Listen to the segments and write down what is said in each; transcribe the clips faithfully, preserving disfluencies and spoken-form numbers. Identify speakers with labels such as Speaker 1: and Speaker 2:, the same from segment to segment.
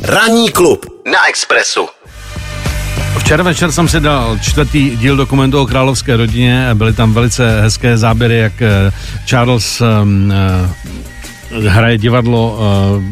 Speaker 1: Ranní klub na Expressu.
Speaker 2: Včera večer jsem si dal čtvrtý díl dokumentu o královské rodině. Byly tam velice hezké záběry, jak Charles um, uh, hraje divadlo,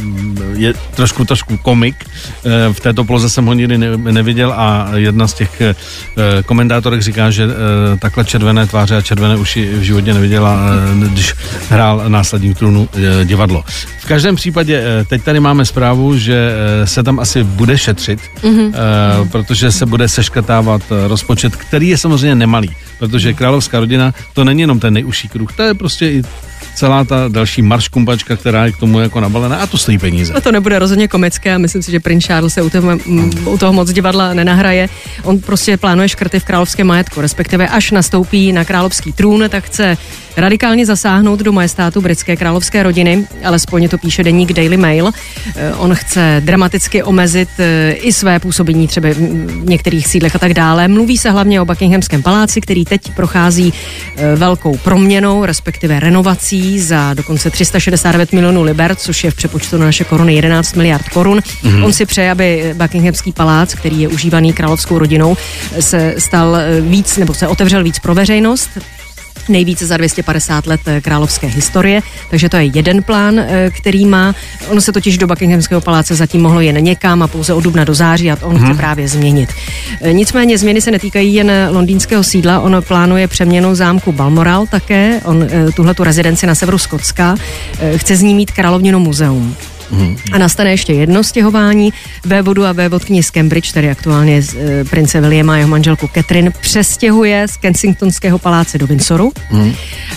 Speaker 2: uh, je trošku, trošku komik. Uh, v této poloze jsem ho nikdy ne, neviděl a jedna z těch uh, komentátorek říká, že uh, takhle červené tváře a červené uši v životě neviděla, uh, když hrál Následník trůnu uh, divadlo. V každém případě teď tady máme zprávu, že se tam asi bude šetřit, mm-hmm. uh, protože se bude seškrtávat rozpočet, který je samozřejmě nemalý, protože královská rodina to není jenom ten nejužší kruh, to je prostě i celá ta další marškumpačka, která je k tomu jako nabalená a to stojí peníze.
Speaker 3: A to nebude rozhodně komické a myslím si, že princ Charles se u toho, m, u toho moc divadla nenahraje. On prostě plánuje škrty v královském majetku, respektive až nastoupí na královský trůn, tak chce radikálně zasáhnout do majestátu britské královské rodiny, alespoň to píše deník Daily Mail. On chce dramaticky omezit i své působení třeba v některých sídlech a tak dále. Mluví se hlavně o Buckinghamském paláci, který teď prochází velkou proměnou, respektive renovací za dokonce tři sta šedesát devět milionů liber, což je v přepočtu na naše koruny jedenáct miliard korun. Mm-hmm. On si přeje, aby Buckinghamský palác, který je užívaný královskou rodinou, se stal víc, nebo se otevřel víc pro veřejnost. Nejvíce za dvě stě padesát let královské historie, takže to je jeden plán, který má. Ono se totiž do Buckinghamského paláce zatím mohlo jen někam a pouze od dubna do září a on hmm. chce právě změnit. Nicméně změny se netýkají jen londýnského sídla, on plánuje přeměnu zámku Balmoral také, on tuhletu rezidenci na severu Skotska, chce z ní mít královnino muzeum. Hmm. A nastane ještě jedno stěhování. Vévodu a vévodkyni z Cambridge, tedy aktuálně z e, prince Williama a jeho manželku Catherine, přestěhuje z Kensingtonského paláce do Windsoru. Hmm.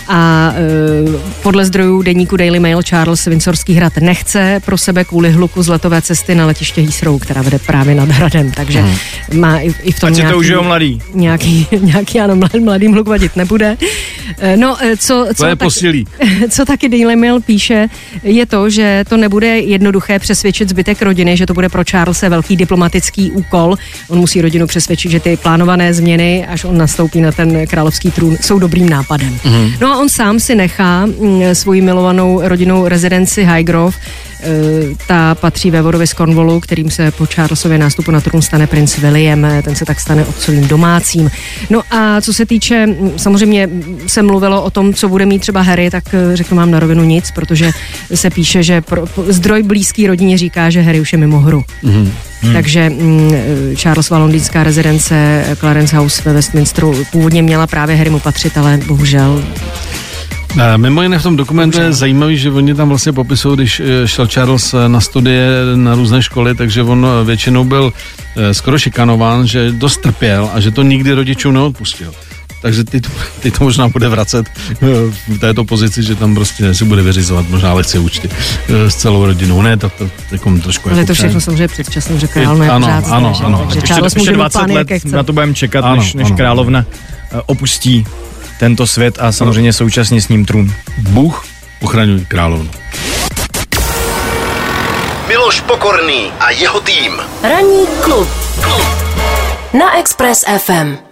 Speaker 3: A e, podle zdrojů deníku Daily Mail Charles Windsorský hrad nechce pro sebe kvůli hluku z letové cesty na letiště Heathrow, která vede právě nad hradem, takže hmm. má i, i v tom
Speaker 4: Ať
Speaker 3: nějaký,
Speaker 4: to užijou mladý.
Speaker 3: Nějaký, nějaký ano, mladý, mladým hluk vadit nebude. E, no, co, co,
Speaker 2: to je
Speaker 3: tak,
Speaker 2: posílí.
Speaker 3: Co taky Daily Mail píše, je to, že to nebude jednoduché přesvědčit zbytek rodiny, že to bude pro Charlese velký diplomatický úkol. On musí rodinu přesvědčit, že ty plánované změny, až on nastoupí na ten královský trůn, jsou dobrým nápadem. Mm. No a on sám si nechá svoji milovanou rodinnou rezidenci Highgrove. Ta patří vévodovi z Cornwallu, kterým se po Charlesově nástupu na trůn stane princ William, ten se tak stane otcovým domácím. No a co se týče, samozřejmě se mluvilo o tom, co bude mít třeba Harry, tak řeknu vám na rovinu nic, protože se píše, že pro, zdroj blízký rodině říká, že Harry už je mimo hru. Mm. Hmm. Takže mm, Charlesova londýnská rezidence Clarence House ve Westminsteru původně měla právě Harrymu patřit, ale bohužel.
Speaker 2: Mimo jiné v tom dokumentu je zajímavý, že oni tam vlastně popisují, když šel Charles na studie na různé školy, takže on většinou byl skoro šikanován, že dost trpěl a že to nikdy rodičům neodpustil. Takže ty to, ty to možná bude vracet v této pozici, že tam prostě si bude vyřizovat možná lekce účty s celou rodinou. Ne, to, to, to trošku
Speaker 3: ale
Speaker 2: jako
Speaker 3: to všechno samozřejmě předčasem, že královna je
Speaker 2: ano,
Speaker 3: pořád zde,
Speaker 2: ano,
Speaker 3: že?
Speaker 2: ano,
Speaker 3: Takže
Speaker 4: ještě,
Speaker 3: Charles
Speaker 4: ještě dvacet
Speaker 3: plány,
Speaker 4: let na to budeme čekat,
Speaker 2: ano,
Speaker 4: než, než
Speaker 2: ano.
Speaker 4: královna opustí tento svět a samozřejmě současně s ním trůn.
Speaker 2: Bůh ochraňuje královnu.
Speaker 1: Miloš Pokorný a jeho tým.
Speaker 5: Ranní klub na Express ef em.